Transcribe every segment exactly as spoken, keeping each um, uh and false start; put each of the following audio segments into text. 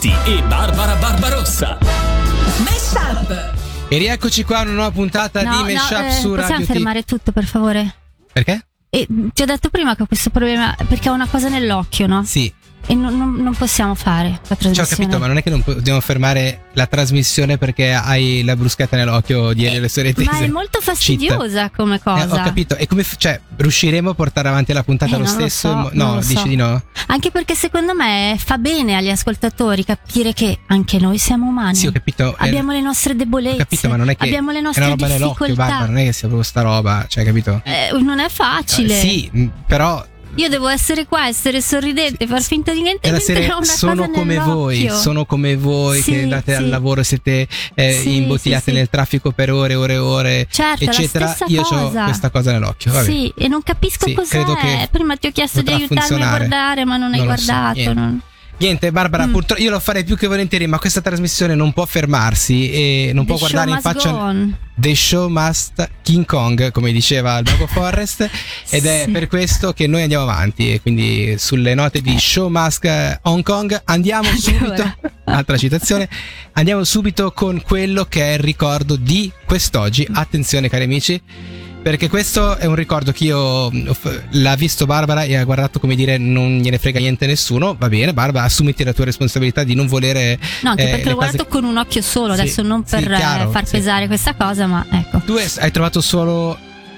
Giolitti e Barbara Barbarossa. Mashup. E rieccoci qua a una nuova puntata no, di Mashup no, eh, su Radio possiamo T. fermare tutto, per favore? Perché? E ti ho detto prima che ho questo problema perché ho una cosa nell'occhio, no? Sì. E non, non, non possiamo fare la trasmissione. Ci ho capito, ma non è che non dobbiamo fermare la trasmissione perché hai la bruschetta nell'occhio di le storie tese. Ma è molto fastidiosa Cheat. come cosa. Eh, ho capito. E come f- cioè, riusciremo a portare avanti la puntata Eh, lo non lo stesso? so, no, non lo dici so. di no? Anche perché secondo me fa bene agli ascoltatori capire che anche noi siamo umani. Sì, ho capito. Abbiamo eh, le nostre debolezze. Ho capito, ma non è che abbiamo le è nostre una roba difficoltà. nell'occhio, Barbara, non è che sia proprio sta roba, cioè, capito? Eh, non è facile. Eh, sì, mh, però Io devo essere qua, essere sorridente, far finta di niente. è la mentre serie ho una sono cosa come voi, nell'occhio. sono come voi Sì, che andate sì. al lavoro, siete eh, Sì, imbottigliate sì, sì. nel traffico per ore e ore e ore, Certo, la eccetera. stessa Io ho cosa. questa cosa nell'occhio. Vabbè. Sì, e non capisco Sì, cos'è. credo che Prima ti ho chiesto di potrà aiutarmi funzionare. a guardare, ma non hai Non lo so, guardato. niente. non... Niente, Barbara, Mm. purtroppo io lo farei più che volentieri, ma questa trasmissione non può fermarsi e non The può guardare show in must faccia. go on. The show must King Kong, come diceva il mago Forrest, ed è Sì. per questo che noi andiamo avanti. E quindi sulle note di Show Must Hong Kong andiamo subito. Ancora. Altra citazione. Andiamo subito con quello che è il ricordo di quest'oggi. Attenzione, cari amici. Perché questo è un ricordo che io l'ha visto Barbara e ha guardato come dire non gliene frega niente a nessuno. Va bene, Barbara, assumiti la tua responsabilità di non volere. No, anche eh, perché le lo cose- guardo con un occhio solo, Sì, adesso non sì, per eh, chiaro, far sì. pesare questa cosa, ma ecco. Tu hai trovato solo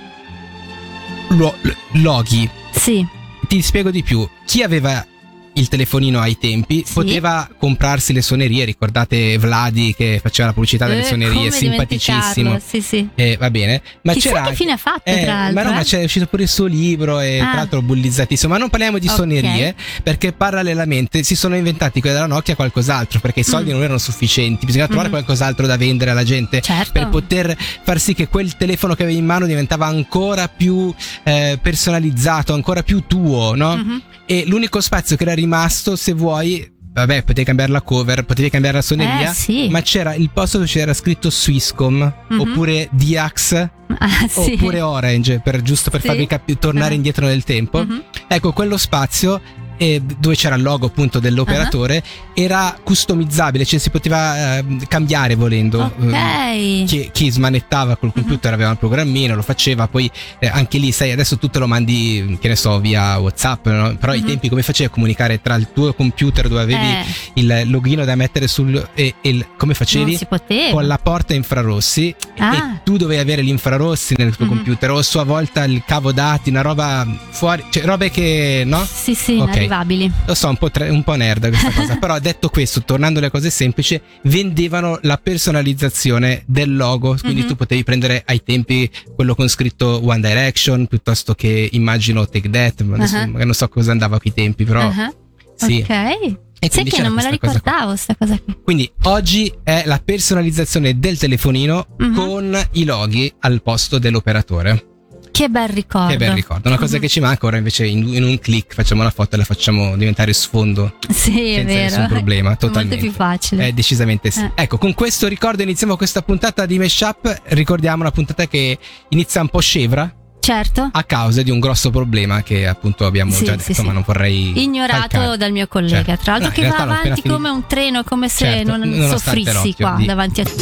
lo- loghi. Sì, Ti spiego di più. Chi aveva il telefonino ai tempi Sì. poteva comprarsi le suonerie. Ricordate Vladi che faceva la pubblicità delle Eh, suonerie, come simpaticissimo. dimenticarlo, Sì, sì. Eh, va bene, ma Chissà c'era che anche- fine ha fatto, eh, tra l'altro. ma no, eh? ma c'è uscito pure il suo libro e Ah. tra l'altro bullizzatissimo. Ma non parliamo di Ok. suonerie, perché parallelamente si sono inventati quelli della Nokia qualcos'altro, perché i soldi Mm. non erano sufficienti, bisognava trovare Mhm. qualcos'altro da vendere alla gente Certo. per poter far sì che quel telefono che avevi in mano diventava ancora più eh, personalizzato, ancora più tuo, no? Mhm. E l'unico spazio che era rimasto, se vuoi, vabbè, potevi cambiare la cover, potevi cambiare la suoneria, Eh, sì. ma c'era il posto dove c'era scritto Swisscom, Mhm. oppure Diax, Ah, sì. oppure Orange, per, giusto per Sì. farvi capi- tornare Ah. indietro nel tempo. Mhm. Ecco, quello spazio eh, dove c'era il logo appunto dell'operatore era customizzabile, cioè si poteva eh, cambiare volendo. Ok. Eh, chi, chi smanettava col computer aveva il programmino, lo faceva, poi eh, anche lì sai, adesso tu te lo mandi, che ne so, via WhatsApp, no? Però ai Mhm. tempi come facevi a comunicare tra il tuo computer dove avevi Eh, il login da mettere sul e, e il, come facevi? non si poteva. Con la porta infrarossi. Ah. E tu dovevi avere gli infrarossi nel tuo Mhm. computer, o a sua volta il cavo dati, una roba fuori, cioè robe che no? Sì, sì, Ok. inarrivabili. Lo so, un po', tre- un po' nerd questa cosa. Però detto questo, tornando alle cose semplici, vendevano la personalizzazione del logo. Quindi Mhm. tu potevi prendere ai tempi quello con scritto One Direction, piuttosto che immagino Take That. Ma adesso Uh-huh. magari non so cosa andava a quei tempi, però Ah, sì. Ok. E Sai quindi che c'era non me la questa cosa qua. ricordavo sta cosa qui. Quindi oggi è la personalizzazione del telefonino Mhm. con i loghi al posto dell'operatore. Che bel ricordo. Che bel ricordo. Una cosa Mhm. che ci manca ora invece in, in un click facciamo la foto e la facciamo diventare sfondo Sì, è senza vero. nessun problema, È totalmente. molto più facile. Eh, decisamente sì. Eh. Ecco, con questo ricordo iniziamo questa puntata di Mashup. Ricordiamo una puntata che inizia un po' scevra Certo. a causa di un grosso problema che appunto abbiamo Sì, già sì, detto, sì. ma non vorrei Ignorato calcare. dal mio collega, Certo. tra l'altro, No, che in va realtà l'ho appena avanti finito. come un treno, come se Certo, non nonostante soffrissi l'occhio qua di- davanti a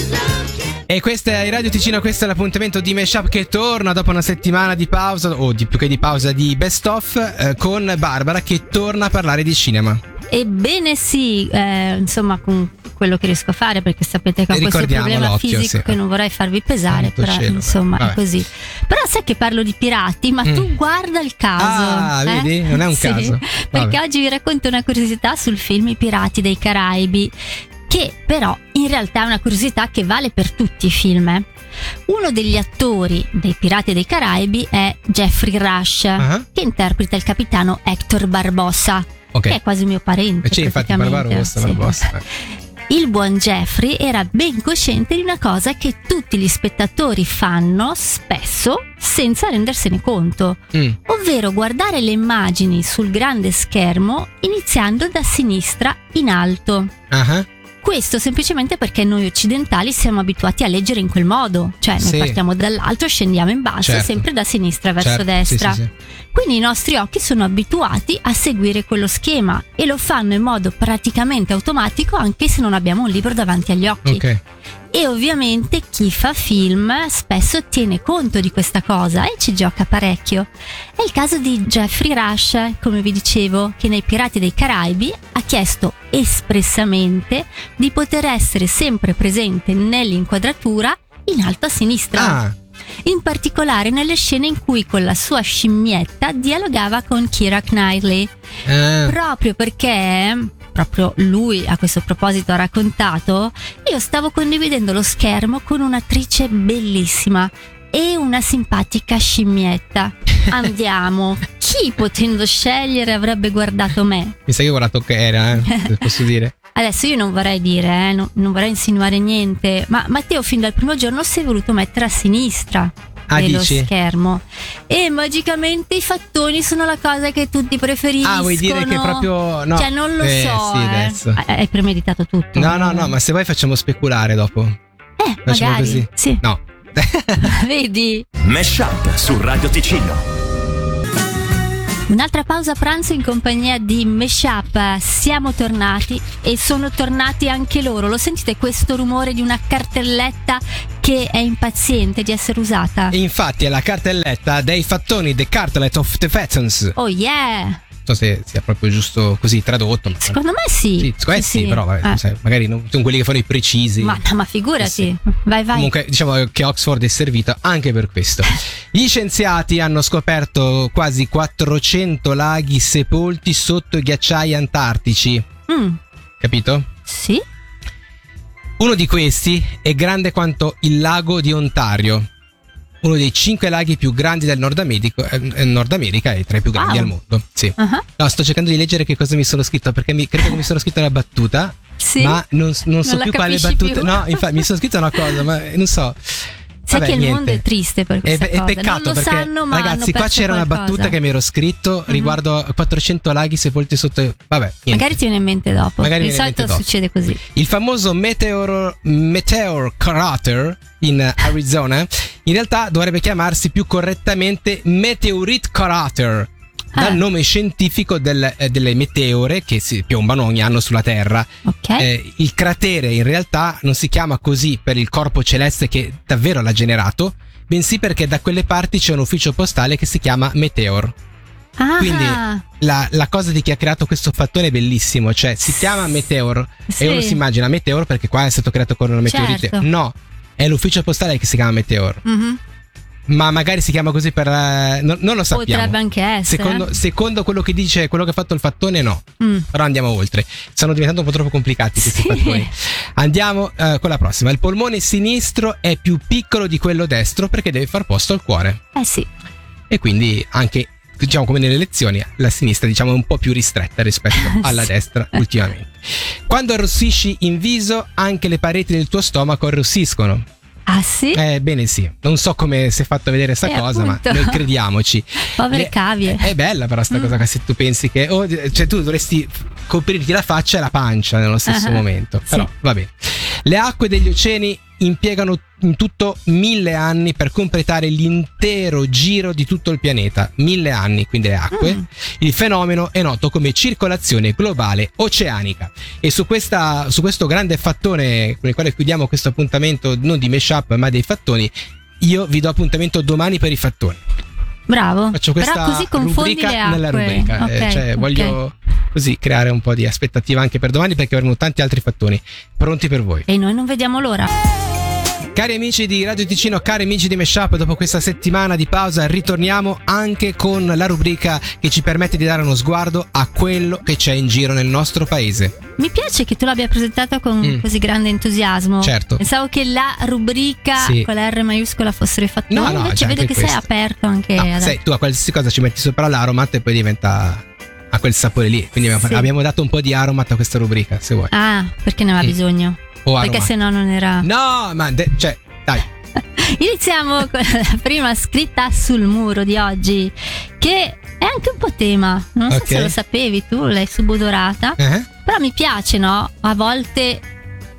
E questo è Radio Ticino, questo è l'appuntamento di Mashup che torna dopo una settimana di pausa, o di più che di pausa, di best of, eh, con Barbara che torna a parlare di cinema. Ebbene sì, eh, insomma, con quello che riesco a fare, perché sapete che ho questo Ricordiamo problema l'occhio, fisico sì. che non vorrei farvi pesare, Santo però cielo. insomma Vabbè. è così. Però sai che parlo di pirati, ma Mm. tu guarda il caso. Ah, eh? vedi? Non è un Sì, caso. Perché Vabbè. oggi vi racconto una curiosità sul film I Pirati dei Caraibi, che però in realtà è una curiosità che vale per tutti i film. eh. Uno degli attori dei Pirati dei Caraibi è Jeffrey Rush, Ah. che interpreta il capitano Hector Barbossa, Ok. che è quasi un mio parente. E c'è infatti praticamente. Barbarossa, Sì. Barbossa. Il buon Jeffrey era ben cosciente di una cosa che tutti gli spettatori fanno spesso senza rendersene conto, Mm. ovvero guardare le immagini sul grande schermo iniziando da sinistra in alto. Ah. Questo semplicemente perché noi occidentali siamo abituati a leggere in quel modo, cioè noi Sì. partiamo dall'alto e scendiamo in basso, Certo. sempre da sinistra verso Certo, destra. sì, sì, Quindi i nostri occhi sono abituati a seguire quello schema e lo fanno in modo praticamente automatico anche se non abbiamo un libro davanti agli occhi. Ok. E ovviamente chi fa film spesso tiene conto di questa cosa e ci gioca parecchio. È il caso di Jeffrey Rush, come vi dicevo, che nei Pirati dei Caraibi ha chiesto espressamente di poter essere sempre presente nell'inquadratura in alto a sinistra. Ah, In particolare nelle scene in cui con la sua scimmietta dialogava con Keira Knightley, eh, proprio perché proprio lui a questo proposito ha raccontato: io stavo condividendo lo schermo con un'attrice bellissima e una simpatica scimmietta. Andiamo, chi potendo scegliere avrebbe guardato me? mi sa che ho guardato che era, eh, se posso dire. Adesso io non vorrei dire, eh, non, non vorrei insinuare niente, ma Matteo fin dal primo giorno si è voluto mettere a sinistra Ah, dello dici? schermo e magicamente i fattoni sono la cosa che tutti preferiscono. Ah, vuoi dire che proprio no? Cioè non lo Eh, so, sì, eh. adesso. Hai- Hai premeditato tutto. No, no, no, ma se vuoi facciamo speculare dopo. Eh, Facciamo magari, così. sì. No. Vedi? Mashup su Radio Ticino. Un'altra pausa pranzo in compagnia di Mashup. Siamo tornati e sono tornati anche loro. Lo sentite questo rumore di una cartelletta che è impaziente di essere usata? E infatti è la cartelletta dei fattoni, The Cartlet of the Fattons. Oh yeah! Non so se sia proprio giusto così tradotto. Ma Secondo me sì. sì, secondo me sì, però vabbè, Eh. sai, magari non sono quelli che fanno i precisi. Ma, ma figurati, Sì. vai vai. Comunque diciamo che Oxford è servita anche per questo. Gli scienziati hanno scoperto quasi quattrocento laghi sepolti sotto i ghiacciai antartici. Mm, Capito? sì? Uno di questi è grande quanto il lago di Ontario, uno dei cinque laghi più grandi del Nord America, eh, Nord America e tra i più grandi Wow. al mondo. Sì. Uh-huh. No, sto cercando di leggere che cosa mi sono scritto perché mi, credo che mi sono scritto una battuta. Sì? Ma non, non so la più quale capisci battuta. più? No, infatti mi sono scritto una cosa, ma non so. Sai Vabbè, che il niente. mondo è triste per È, questa è cosa. peccato non lo perché sanno, ma hanno ragazzi, qua perso c'era una qualcosa. battuta che mi ero scritto riguardo a quattrocento laghi sepolti sotto. Vabbè, niente. Magari ti viene in mente dopo. Magari Di mi viene in solito mente dopo. succede così. Il famoso Meteor, Meteor Crater in Arizona in realtà dovrebbe chiamarsi più correttamente Meteorite Crater, dal Ah. nome scientifico del- eh, delle meteore che si piombano ogni anno sulla Terra. Ok? Eh, il cratere in realtà non si chiama così per il corpo celeste che davvero l'ha generato, bensì perché da quelle parti c'è un ufficio postale che si chiama Meteor. ah, Quindi la, la cosa di chi ha creato questo fattone è bellissimo, cioè si chiama Meteor sì. e uno si immagina Meteor perché qua è stato creato con una meteorite. Certo. No, è l'ufficio postale che si chiama Meteor, Mhm. ma magari si chiama così per eh, no- non lo sappiamo. Potrebbe anche essere. Secondo, secondo quello che dice, quello che ha fatto il fattone, no. Mm. Però andiamo oltre. Stanno diventando un po' troppo complicati questi Sì. fattoni. Andiamo eh, con la prossima. Il polmone sinistro è più piccolo di quello destro perché deve far posto al cuore. Eh sì. E quindi anche, diciamo come nelle lezioni, la sinistra diciamo è un po' più ristretta rispetto alla Sì. destra ultimamente. Quando arrossisci in viso, anche le pareti del tuo stomaco arrossiscono. Ah sì? Eh, bene sì, non so come si è fatto vedere sta Eh, cosa, appunto. ma noi crediamoci. Povere Le- cavie. È bella però sta Mm. cosa che se tu pensi che oh, cioè tu dovresti coprirti la faccia e la pancia nello stesso Ah, momento. sì. Però va bene. Le acque degli oceani impiegano in tutto mille anni per completare l'intero giro di tutto il pianeta. Mille anni, quindi le acque. Mm. Il fenomeno è noto come circolazione globale oceanica. E su, questa, su questo grande fattone con il quale chiudiamo questo appuntamento, non di Mashup ma dei fattoni, io vi do appuntamento domani per i fattoni. Bravo. Faccio questa Però così confondi rubrica le acque. nella rubrica. Eh, Ok, cioè, ok. voglio così creare un po' di aspettativa anche per domani perché avremo tanti altri fattoni pronti per voi. E noi non vediamo l'ora. Cari amici di Radio Ticino, cari amici di Mashup, dopo questa settimana di pausa ritorniamo anche con la rubrica che ci permette di dare uno sguardo a quello che c'è in giro nel nostro paese. Mi piace che tu l'abbia presentato con Mm. così grande entusiasmo. Certo. Pensavo che la rubrica Sì. con la R maiuscola fossero i fattoni. No, no, invece c'è vedo anche che sei questo. aperto anche No, ad sai, tu a qualsiasi cosa ci metti sopra l'aromat e poi diventa a quel sapore lì. Quindi abbiamo, Sì. abbiamo dato un po' di aromat a questa rubrica, se vuoi. Ah, perché ne aveva Mm. bisogno? O Perché aromat. se no non era. No, ma de- cioè, dai. Iniziamo con la prima scritta sul muro di oggi, che è anche un po' tema. Non so Ok. se lo sapevi tu, l'hai subodorata. Eh? Però mi piace, no? A volte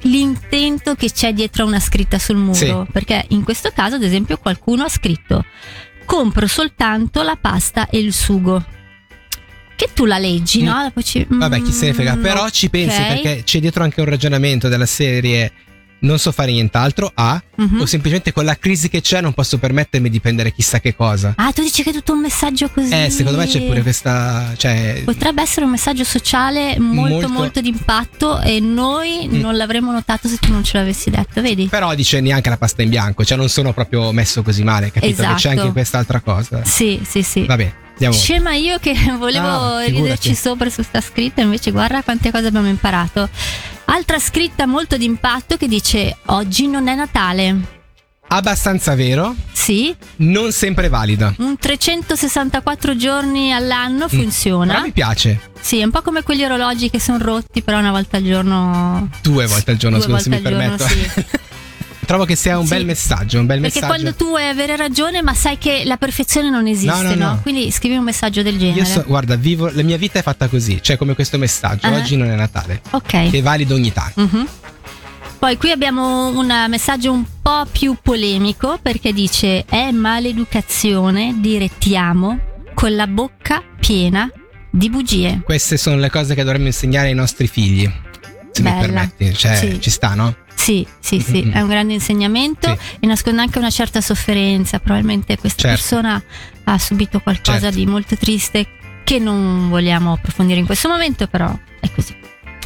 l'intento che c'è dietro a una scritta sul muro, Sì. perché in questo caso ad esempio qualcuno ha scritto: compro soltanto la pasta e il sugo. Che tu la leggi, Mm. no? Poi ci- Vabbè, chi se ne frega, mm, però ci pensi ok. perché c'è dietro anche un ragionamento della serie: non so fare nient'altro, A, Mhm. o semplicemente con la crisi che c'è non posso permettermi di prendere chissà che cosa. Ah, tu dici che è tutto un messaggio così? Eh, secondo me c'è pure questa, cioè, Potrebbe essere un messaggio sociale molto molto, Molto- d'impatto, e noi Mm. non l'avremmo notato se tu non ce l'avessi detto, vedi? però dice neanche la pasta in bianco, cioè non sono proprio messo così male, capito? Esatto. Che c'è anche quest'altra cosa. Sì, sì, sì. Va bene, andiamo. Scema io che volevo No, figurati. riderci sopra su sta scritta, invece guarda quante cose abbiamo imparato. Altra scritta molto d'impatto che dice: oggi non è Natale. Abbastanza vero, Sì, non sempre valida. un trecentosessantaquattro giorni all'anno funziona. Però mi piace. Sì, è un po' come quegli orologi che sono rotti, però una volta al giorno. Due volte al giorno, Due scusa se mi volte al giorno, permetto. sì. Trovo che sia un Sì. bel messaggio, un bel Perché messaggio. quando tu vuoi avere ragione, ma sai che la perfezione non esiste, No, no? no, no. Quindi scrivi un messaggio del genere. Io so, guarda, vivo, la mia vita è fatta così, cioè come questo messaggio, Ah. oggi non è Natale, Ok. che è valido ogni tanto. Mhm. Poi qui abbiamo un messaggio un po' più polemico, perché dice: è maleducazione dire ti amo con la bocca piena di bugie. Queste sono le cose che dovremmo insegnare ai nostri figli, se mi Bella. permetti, cioè Sì. ci sta, no? Sì, sì, sì, Mm-mm. è un grande insegnamento Sì. e nasconde anche una certa sofferenza. Probabilmente questa Certo. persona ha subito qualcosa Certo. di molto triste che non vogliamo approfondire in questo momento, però è così.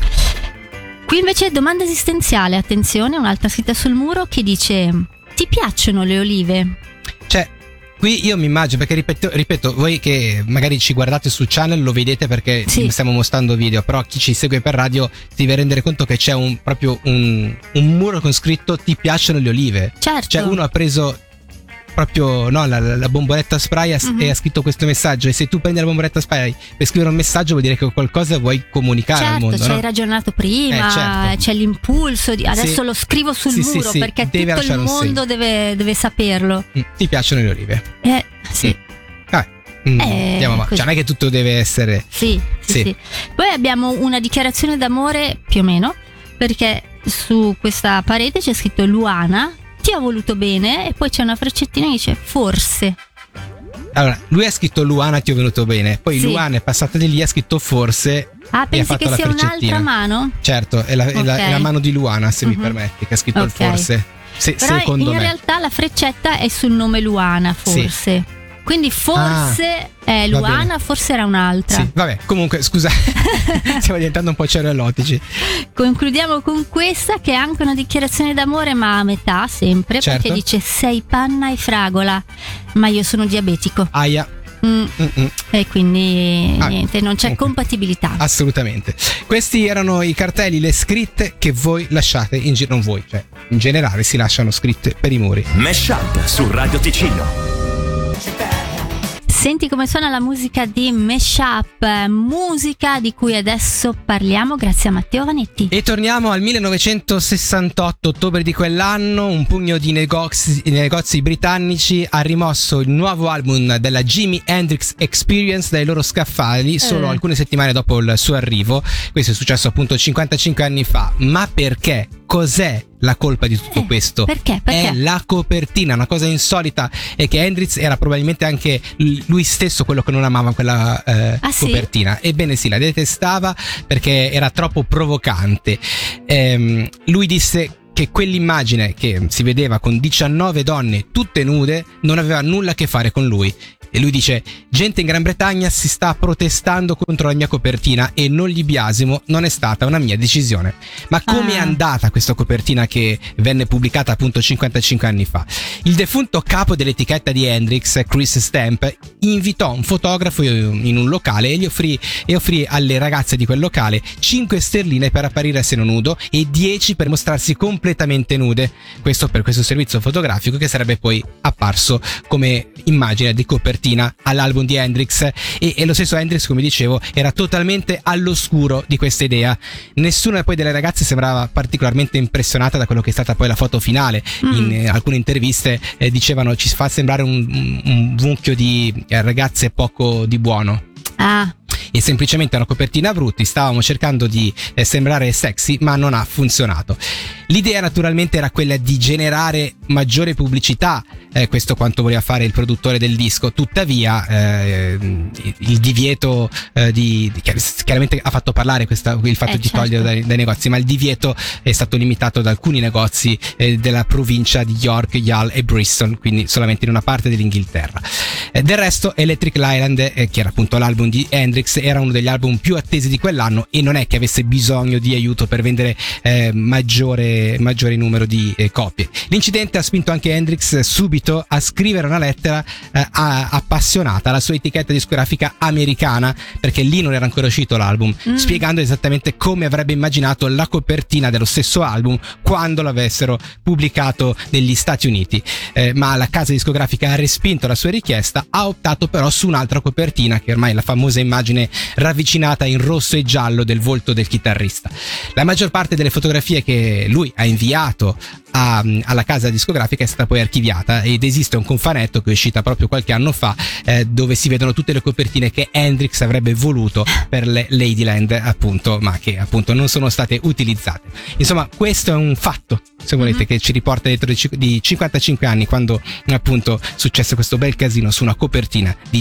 Qui invece domanda esistenziale, attenzione, un'altra scritta sul muro che dice: ti piacciono le olive? Cioè, qui io mi immagino, perché ripeto, ripeto, voi che magari ci guardate sul channel lo vedete perché Sì. stiamo mostrando video, però chi ci segue per radio si deve rendere conto che c'è un proprio un, un muro con scritto ti piacciono le olive. Certo. Cioè uno ha preso proprio no, la, la- la bomboletta spray ha- Mhm. e ha scritto questo messaggio, e se tu prendi la bomboletta spray per scrivere un messaggio vuol dire che qualcosa vuoi comunicare al Certo, mondo, ci hai no? ragionato prima, Eh, certo. c'è l'impulso di adesso Sì. lo scrivo sul Sì, sì, muro sì, perché deve tutto il lasciare un mondo deve, deve saperlo. Mm, ti piacciono le olive. Eh, sì. Vabbè, mm, Eh, andiamo avanti. così. Cioè, non è che tutto deve essere Sì, sì, Sì. sì. Poi abbiamo una dichiarazione d'amore più o meno, perché su questa parete c'è scritto: Luana, ti ho voluto bene, e poi c'è una freccettina che dice forse. Allora, lui ha scritto Luana ti ho venuto bene, poi Sì. Luana è passata di lì, ha scritto forse Ah, e ha pensi fatto che la sia un'altra freccettina. mano? Certo, è la, è la- Ok. è la mano di Luana, se mi Mhm. permetti, che ha scritto il Ok. forse. Se- Però secondo in me. realtà la freccetta è sul nome Luana, Sì. forse. Quindi forse è va Luana, bene. forse era un'altra. Sì, vabbè, comunque scusa, stiamo diventando un po' cervellotici. Concludiamo con questa, che è anche una dichiarazione d'amore, ma a metà sempre, Certo. perché dice: sei panna e fragola, ma io sono diabetico. Aia. Mm, Mm-mm. e quindi Ah, niente, non c'è comunque. compatibilità. Assolutamente. Questi erano i cartelli, le scritte che voi lasciate in giro, non voi, cioè in generale si lasciano scritte per i muri. Mesh Up su Radio Ticino. Senti come suona la musica di Mesh Up, musica di cui adesso parliamo grazie a Matteo Vanetti. E torniamo al millenovecentosessantotto, ottobre di quell'anno, un pugno di negozi, negozi britannici ha rimosso il nuovo album della Jimi Hendrix Experience dai loro scaffali solo Eh. alcune settimane dopo il suo arrivo. Questo è successo appunto cinquantacinque anni fa. Ma perché? Cos'è la colpa di tutto Eh, questo? perché? Perché? È la copertina. Una cosa insolita è che Hendrix era probabilmente anche l- lui stesso quello che non amava quella eh, Ah, sì? copertina. Ebbene sì, la detestava perché era troppo provocante. Ehm, lui disse che quell'immagine che si vedeva con diciannove donne tutte nude non aveva nulla a che fare con lui. E lui dice: gente in Gran Bretagna si sta protestando contro la mia copertina e non gli biasimo, non è stata una mia decisione. Ma come è Ah. andata questa copertina che venne pubblicata appunto cinquantacinque anni fa? Il defunto capo dell'etichetta di Hendrix, Chris Stamp, invitò un fotografo in un locale e gli offrì, e offrì alle ragazze di quel locale cinque sterline per apparire a seno nudo e dieci per mostrarsi completamente nude. Questo per questo servizio fotografico che sarebbe poi apparso come immagine di copertina all'album di Hendrix. E, e lo stesso Hendrix, come dicevo, era totalmente all'oscuro di questa idea. Nessuna poi delle ragazze sembrava particolarmente impressionata da quello che è stata poi la foto finale. Mm. In eh, alcune interviste eh, dicevano: ci fa sembrare un, un, un mucchio di eh, ragazze poco di buono. Ah, E è semplicemente una copertina a brutti. Stavamo cercando di eh, sembrare sexy, ma non ha funzionato. L'idea naturalmente era quella di generare maggiore pubblicità, eh, questo quanto voleva fare il produttore del disco. Tuttavia eh, il divieto eh, di, di chiaramente ha fatto parlare questa, il fatto eh, di certo. togliere dai, dai negozi, ma il divieto è stato limitato ad alcuni negozi eh, della provincia di York, Hull e Bristol, quindi solamente in una parte dell'Inghilterra. Eh, del resto Electric Island, eh, che era appunto l'album di Hendrix, era uno degli album più attesi di quell'anno e non è che avesse bisogno di aiuto per vendere eh, maggiore, maggiore numero di eh, copie. L'incidente ha spinto anche Hendrix subito a scrivere una lettera eh, a, appassionata alla sua etichetta discografica americana, perché lì non era ancora uscito l'album, mm. spiegando esattamente come avrebbe immaginato la copertina dello stesso album quando l'avessero pubblicato negli Stati Uniti, eh, ma la casa discografica ha respinto la sua richiesta, ha optato però su un'altra copertina, che ormai è la famosa immagine ravvicinata in rosso e giallo del volto del chitarrista. La maggior parte delle fotografie che lui ha inviato a, alla casa discografica è stata poi archiviata, ed esiste un cofanetto che è uscita proprio qualche anno fa, eh, dove si vedono tutte le copertine che Hendrix avrebbe voluto per le Ladyland, appunto, ma che appunto non sono state utilizzate. Insomma, questo è un fatto, se volete, mm-hmm. che ci riporta dietro di cinquantacinque anni, quando appunto successe questo bel casino su una copertina di...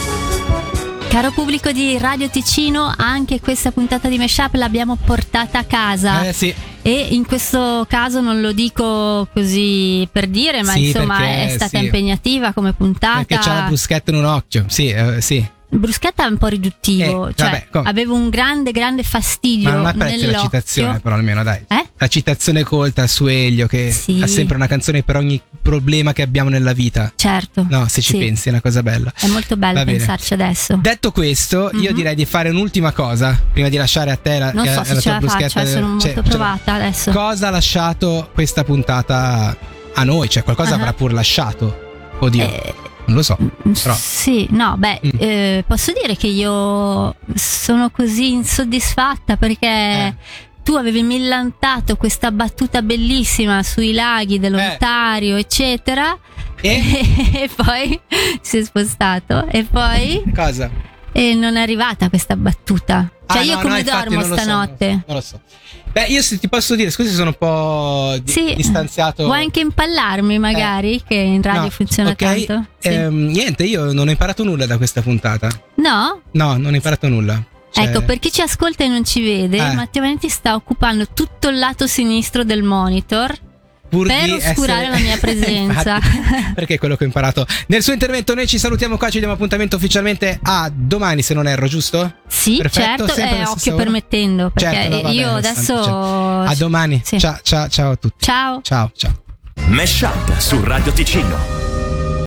Caro pubblico di Radio Ticino, anche questa puntata di Mashup l'abbiamo portata a casa. Eh sì. E in questo caso non lo dico così per dire, ma sì, insomma perché, è stata sì. come puntata. Perché c'ha la bruschetta in un occhio, sì, eh, sì. Bruschetta è un po' riduttivo, Eh, cioè vabbè, avevo un grande grande fastidio. Ma non apprezzi nell'occhio. la citazione, però almeno dai. Eh? La citazione colta su Elio, che Sì. ha sempre una canzone per ogni problema che abbiamo nella vita. Certo. No, se ci sì. pensi è una cosa bella. È molto bello Va bene. pensarci adesso. Detto questo, io Mhm. direi di fare un'ultima cosa prima di lasciare a te la, Non che- so la se tua ce la bruschetta. faccio, sono molto Cioè, cioè, provata adesso. Cosa ha lasciato questa puntata a noi? Cioè, qualcosa Ah. avrà pur lasciato? Oddio, Eh, non lo so. Però. Sì, no, beh, Mm. eh, posso dire che io sono così insoddisfatta perché Eh. tu avevi millantato questa battuta bellissima sui laghi dell'Ontario, eccetera, E? e poi si è spostato e poi Cosa? e non è arrivata questa battuta. Cioè Ah, io no, come no, infatti dormo non lo so, stanotte? non lo so. Beh, io se ti posso dire, scusi, sono un po' di- Sì. distanziato. Vuoi anche impallarmi magari, che in radio No, funziona ok. tanto? Sì. Ehm, niente, io non ho imparato nulla da questa puntata. No? No, non ho imparato nulla. Cioè, Ecco, per chi ci ascolta e non ci vede, Eh. Matteo Vanetti sta occupando tutto il lato sinistro del monitor pur per di oscurare essere- la mia presenza. Infatti, perché è quello che ho imparato. Nel suo intervento noi ci salutiamo qua, ci diamo appuntamento ufficialmente a domani, se non erro, giusto? Sì, Perfetto, certo, sempre eh, alla occhio stessa ora? permettendo, perché Certo, no, va io bene, adesso... A domani. Sì. Ciao, ciao, ciao a tutti. Ciao. Ciao, ciao. Mashup su Radio Ticino.